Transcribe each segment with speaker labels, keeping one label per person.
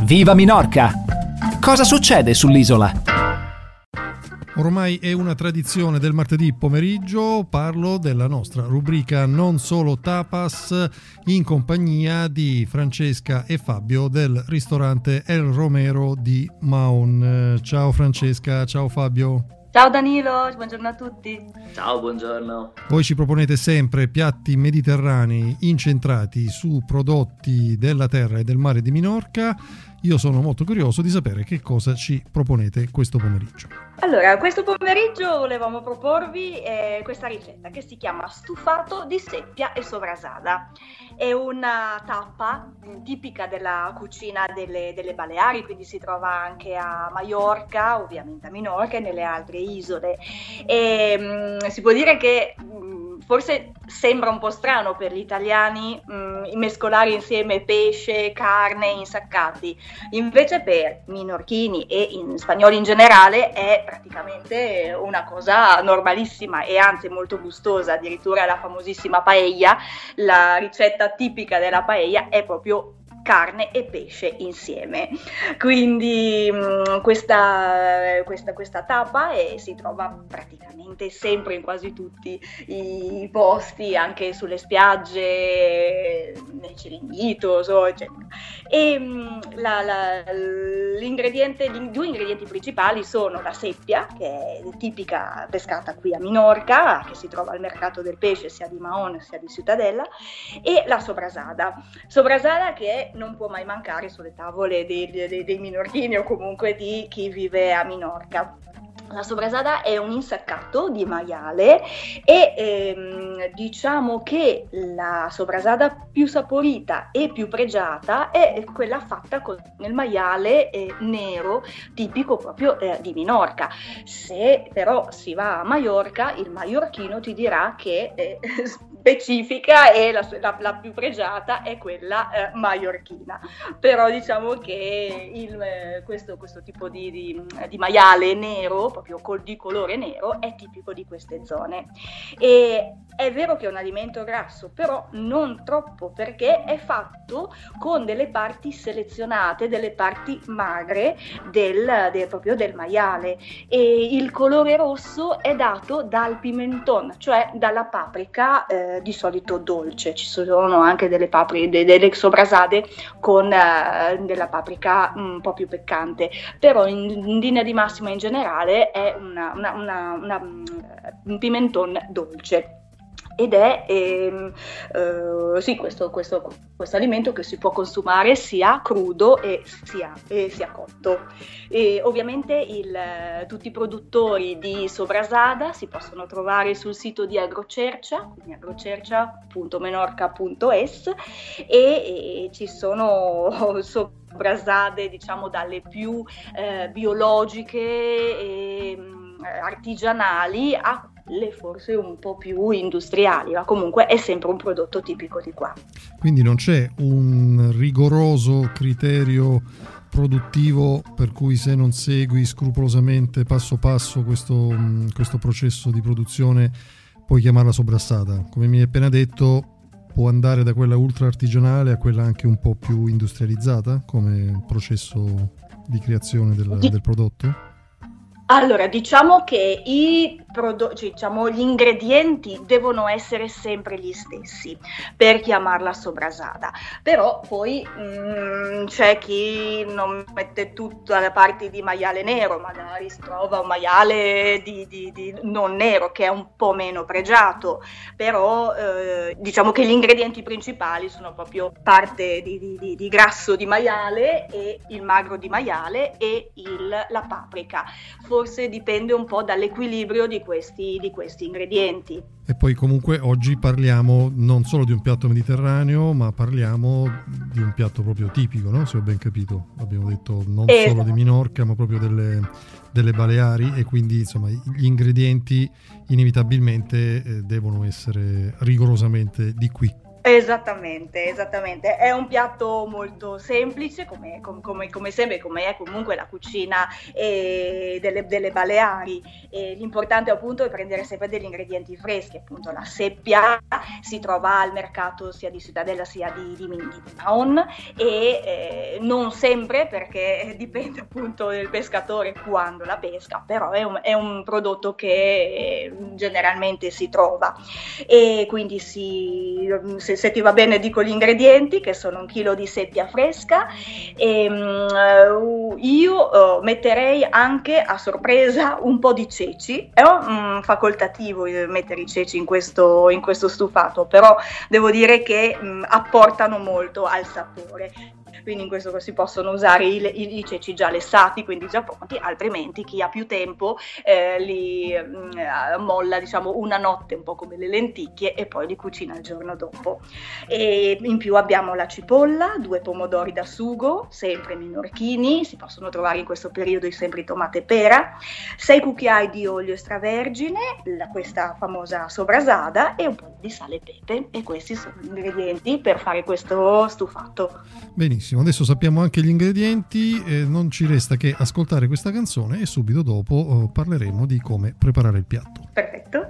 Speaker 1: Viva Minorca! Cosa succede sull'isola?
Speaker 2: Ormai è una tradizione del martedì pomeriggio, parlo della nostra rubrica Non Solo Tapas in compagnia di Francesca e Fabio del ristorante El Romero di Maon. Ciao Francesca, ciao Fabio.
Speaker 3: Ciao Danilo, buongiorno a tutti.
Speaker 4: Ciao, buongiorno.
Speaker 2: Voi ci proponete sempre piatti mediterranei incentrati su prodotti della terra e del mare di Minorca. Io sono molto curioso di sapere che cosa ci proponete questo pomeriggio.
Speaker 3: Allora, questo pomeriggio volevamo proporvi questa ricetta che si chiama stufato di seppia e sovrasada. È una tappa tipica della cucina delle Baleari, quindi si trova anche a Maiorca, ovviamente a Minorca e nelle altre isole. Si può dire che forse sembra un po' strano per gli italiani mescolare insieme pesce, carne insaccati, invece per minorchini e spagnoli in generale è praticamente una cosa normalissima e anzi molto gustosa. Addirittura la famosissima paella, la ricetta tipica della paella è proprio carne e pesce insieme. Quindi questa tappa si trova praticamente sempre in quasi tutti i posti, anche sulle spiagge, nel Ceringhito, eccetera. E i due ingredienti principali sono la seppia, che è tipica pescata qui a Minorca, che si trova al mercato del pesce sia di Maon sia di Ciutadella, e la sobrasada che non può mai mancare sulle tavole dei minorchini o comunque di chi vive a Minorca. La sobrasada è un insaccato di maiale e diciamo che la sobrasada più saporita e più pregiata è quella fatta con il maiale nero, tipico proprio di Minorca. Se però si va a Maiorca, il maiorchino ti dirà che specifica e la più pregiata è quella maiorchina. Però diciamo che questo tipo di maiale nero, proprio di colore nero, è tipico di queste zone. E è vero che è un alimento grasso, però non troppo, perché è fatto con delle parti selezionate, delle parti magre proprio del maiale, e il colore rosso è dato dal pimenton, cioè dalla paprika di solito dolce. Ci sono anche delle sobrasade con della paprika un po' più piccante, però in linea di massima in generale è un pimenton dolce. Ed è questo alimento che si può consumare sia crudo e sia cotto. E ovviamente tutti i produttori di sobrasada si possono trovare sul sito di Agrocercia, quindi agrocercia.menorca.es, e ci sono sobrasade, diciamo, dalle più biologiche e artigianali a quelle forse un po' più industriali, ma comunque è sempre un prodotto tipico di qua.
Speaker 2: Quindi non c'è un rigoroso criterio produttivo per cui se non segui scrupolosamente passo passo questo processo di produzione puoi chiamarla sobrassata. Come mi hai appena detto, può andare da quella ultra artigianale a quella anche un po' più industrializzata come processo di creazione del prodotto?
Speaker 3: Allora, diciamo che gli ingredienti devono essere sempre gli stessi per chiamarla sobrasada, però poi c'è chi non mette tutta la parte di maiale nero, magari si trova un maiale di non nero che è un po' meno pregiato, però diciamo che gli ingredienti principali sono proprio parte di grasso di maiale e il magro di maiale e la paprika. Forse dipende un po' dall'equilibrio di questi ingredienti.
Speaker 2: E poi comunque oggi parliamo non solo di un piatto mediterraneo, ma parliamo di un piatto proprio tipico, no? Se ho ben capito, abbiamo detto non solo di Minorca, ma proprio delle Baleari, e quindi insomma gli ingredienti inevitabilmente devono essere rigorosamente di qui.
Speaker 3: Esattamente, è un piatto molto semplice come sempre, come è comunque la cucina delle Baleari. L'importante appunto è prendere sempre degli ingredienti freschi, appunto la seppia si trova al mercato sia di Ciutadella sia di Mahon, e non sempre, perché dipende appunto del pescatore quando la pesca, però è un prodotto che generalmente si trova, e quindi se ti va bene dico gli ingredienti, che sono 1 chilo di seppia fresca, io metterei anche a sorpresa un po' di ceci. È facoltativo mettere i ceci in questo stufato, però devo dire che apportano molto al sapore. Quindi in questo si possono usare i ceci già lessati, quindi già pronti, altrimenti chi ha più tempo li molla, diciamo, una notte, un po' come le lenticchie, e poi li cucina il giorno dopo. E in più abbiamo la cipolla, 2 pomodori da sugo, sempre minorchini, si possono trovare in questo periodo sempre tomate e pera, 6 cucchiai di olio extravergine, questa famosa soprasada, e un po' di sale e pepe, e questi sono gli ingredienti per fare questo stufato.
Speaker 2: Benissimo, adesso sappiamo anche gli ingredienti, non ci resta che ascoltare questa canzone e subito dopo parleremo di come preparare il piatto.
Speaker 3: Perfetto.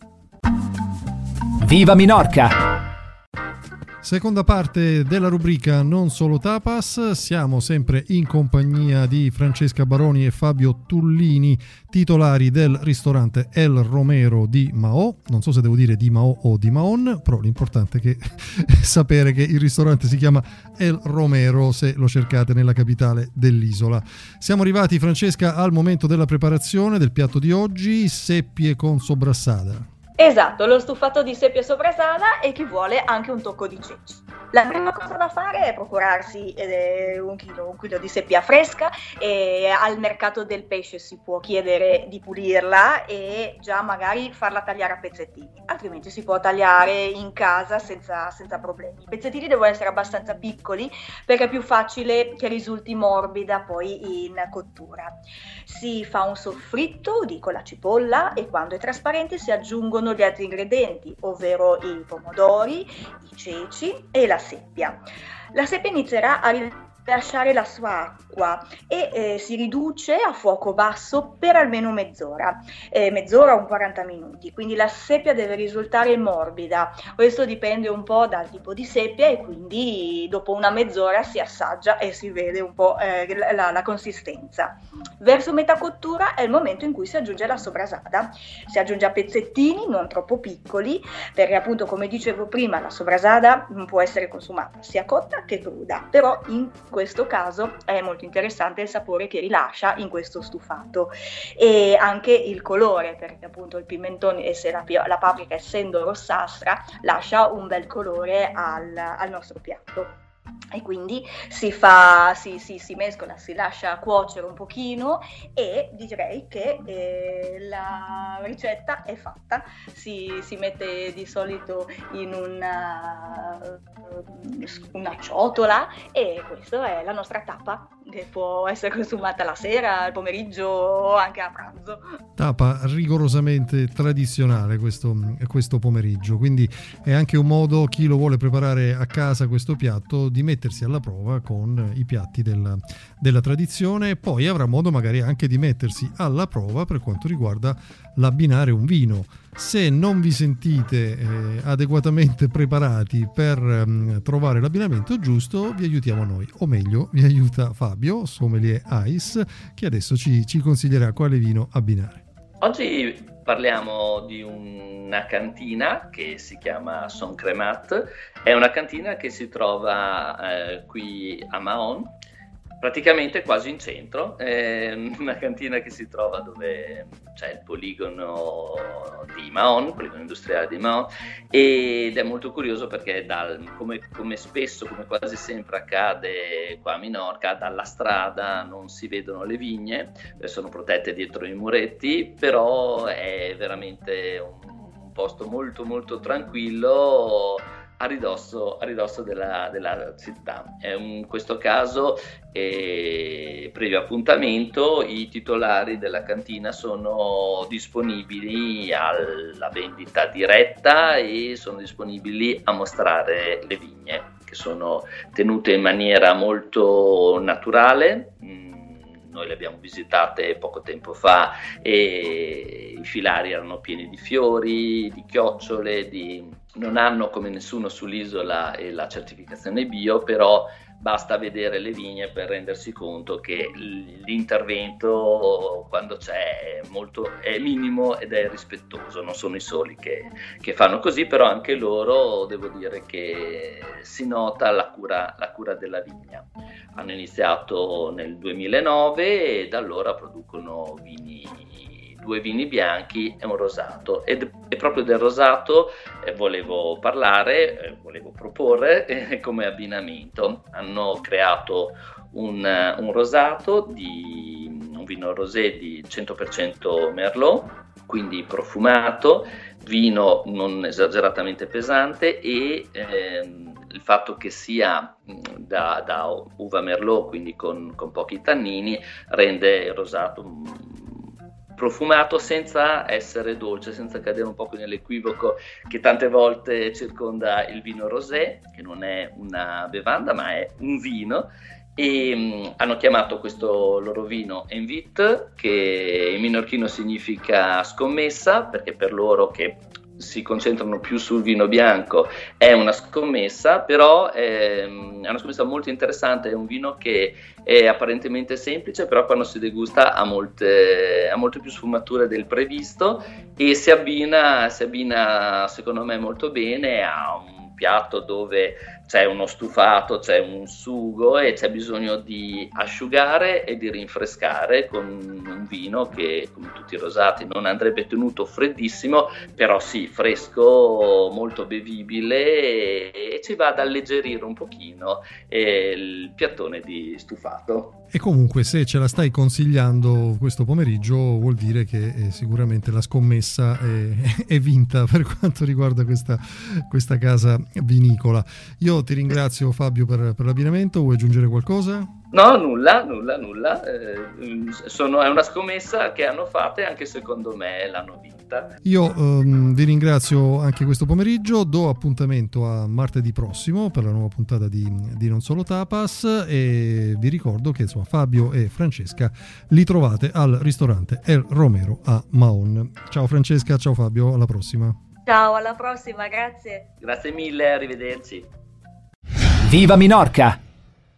Speaker 1: Viva Minorca!
Speaker 2: Seconda parte della rubrica Non Solo Tapas, siamo sempre in compagnia di Francesca Baroni e Fabio Tullini, titolari del ristorante El Romero di Mao. Non so se devo dire di Mao o di Mahon, però l'importante è che sapere che il ristorante si chiama El Romero se lo cercate nella capitale dell'isola. Siamo arrivati, Francesca, al momento della preparazione del piatto di oggi, seppie con soprassada.
Speaker 3: Esatto, lo stufato di seppia soprasada, e chi vuole anche un tocco di ceci. La prima cosa da fare è procurarsi un chilo di seppia fresca, e al mercato del pesce si può chiedere di pulirla e già magari farla tagliare a pezzettini, altrimenti si può tagliare in casa senza problemi. I pezzettini devono essere abbastanza piccoli perché è più facile che risulti morbida poi in cottura. Si fa un soffritto con la cipolla, e quando è trasparente si aggiungono gli altri ingredienti, ovvero i pomodori, i ceci e la seppia. La seppia inizierà a rilasciare la sua acqua e si riduce a fuoco basso per almeno mezz'ora o 40 minuti, quindi la seppia deve risultare morbida. Questo dipende un po' dal tipo di seppia, e quindi dopo una mezz'ora si assaggia e si vede un po' la consistenza. Verso metà cottura è il momento in cui si aggiunge la soprasada. Si aggiunge a pezzettini, non troppo piccoli, perché appunto, come dicevo prima, la soprasada può essere consumata sia cotta che cruda, però in questo caso è molto interessante il sapore che rilascia in questo stufato, e anche il colore, perché appunto il pimentone e la paprika, essendo rossastra, lascia un bel colore al nostro piatto. E quindi si mescola, si lascia cuocere un pochino, e direi che la ricetta è fatta. Si mette di solito in una ciotola, e questa è la nostra tapa, che può essere consumata la sera, al pomeriggio o anche a pranzo.
Speaker 2: Tapa rigorosamente tradizionale questo pomeriggio, quindi è anche un modo, chi lo vuole preparare a casa questo piatto, di mettersi alla prova con i piatti della tradizione. Poi avrà modo magari anche di mettersi alla prova per quanto riguarda l'abbinare un vino. Se non vi sentite adeguatamente preparati per trovare l'abbinamento giusto, vi aiutiamo noi, o meglio vi aiuta Fabio, sommelier Ice, che adesso ci consiglierà quale vino abbinare.
Speaker 4: Oggi parliamo di una cantina che si chiama Son Cremat. È una cantina che si trova qui a Mahon, praticamente quasi in centro. È una cantina che si trova dove c'è il poligono di Mahon, il poligono industriale di Mahon, ed è molto curioso perché come spesso, come quasi sempre accade qua a Minorca, dalla strada non si vedono le vigne, sono protette dietro i muretti, però è veramente un posto molto molto tranquillo, a ridosso della città. In questo caso, previo appuntamento, i titolari della cantina sono disponibili alla vendita diretta e sono disponibili a mostrare le vigne, che sono tenute in maniera molto naturale. Noi le abbiamo visitate poco tempo fa e i filari erano pieni di fiori, di chiocciole, non hanno come nessuno sull'isola la certificazione bio, però basta vedere le vigne per rendersi conto che l'intervento, quando c'è, è minimo ed è rispettoso. Non sono i soli che fanno così, però anche loro, devo dire che si nota la cura della vigna. Hanno iniziato nel 2009 e da allora producono 2 vini bianchi e un rosato, e proprio del rosato volevo proporre come abbinamento. Hanno creato un rosato un vino rosé di 100% Merlot, quindi profumato, vino non esageratamente pesante, e il fatto che sia da uva Merlot, quindi con pochi tannini, rende il rosato profumato senza essere dolce, senza cadere un po' nell'equivoco che tante volte circonda il vino rosé, che non è una bevanda ma è un vino. E hanno chiamato questo loro vino Envit, che in minorchino significa scommessa, perché per loro, che si concentrano più sul vino bianco, è una scommessa, però è una scommessa molto interessante. È un vino che è apparentemente semplice, però quando si degusta ha molte più sfumature del previsto, e si abbina secondo me molto bene a un piatto dove c'è uno stufato, c'è un sugo e c'è bisogno di asciugare e di rinfrescare con un vino che, come tutti i rosati, non andrebbe tenuto freddissimo, però sì, fresco, molto bevibile, e ci va ad alleggerire un pochino il piattone di stufato.
Speaker 2: E comunque, se ce la stai consigliando questo pomeriggio, vuol dire che sicuramente la scommessa è vinta per quanto riguarda questa casa vinicola. Io ti ringrazio, Fabio, per l'abbinamento. Vuoi aggiungere qualcosa?
Speaker 4: No, nulla. È una scommessa che hanno fatto e anche secondo me l'hanno vinta.
Speaker 2: Io vi ringrazio anche questo pomeriggio. Do appuntamento a martedì prossimo per la nuova puntata di Non Solo Tapas, e vi ricordo che Fabio e Francesca li trovate al ristorante El Romero a Mahon. Ciao Francesca, ciao Fabio, alla prossima.
Speaker 3: Ciao, alla prossima, grazie.
Speaker 4: Grazie mille, arrivederci.
Speaker 1: Viva Minorca!